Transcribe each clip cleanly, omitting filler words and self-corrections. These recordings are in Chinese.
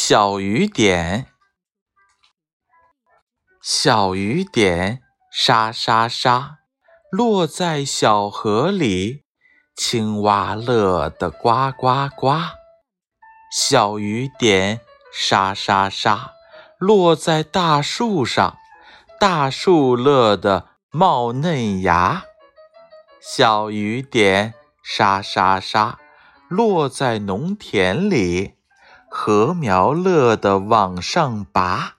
小雨点，小雨点，沙沙沙，落在小河里，青蛙乐得呱呱呱。小雨点，沙沙沙，落在大树上，大树乐得冒嫩芽。小雨点，沙沙沙，落在农田里，禾苗乐得往上拔。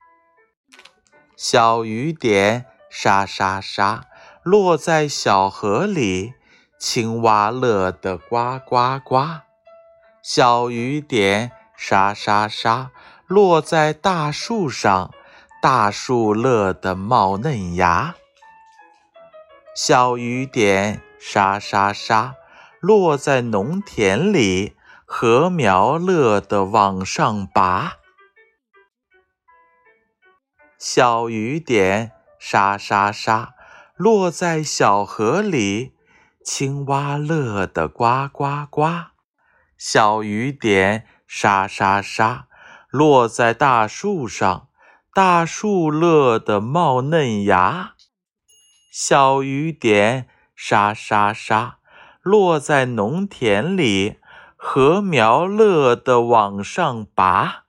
小雨点，沙沙沙，落在小河里，青蛙乐得呱呱呱。小雨点，沙沙沙，落在大树上，大树乐得冒嫩芽。小雨点，沙沙沙，落在农田里，禾苗乐得往上拔。小雨点，沙沙沙，落在小河里，青蛙乐得呱呱呱。小雨点，沙沙沙，落在大树上，大树乐得冒嫩芽。小雨点，沙沙沙，落在农田里，禾苗乐得往上拔。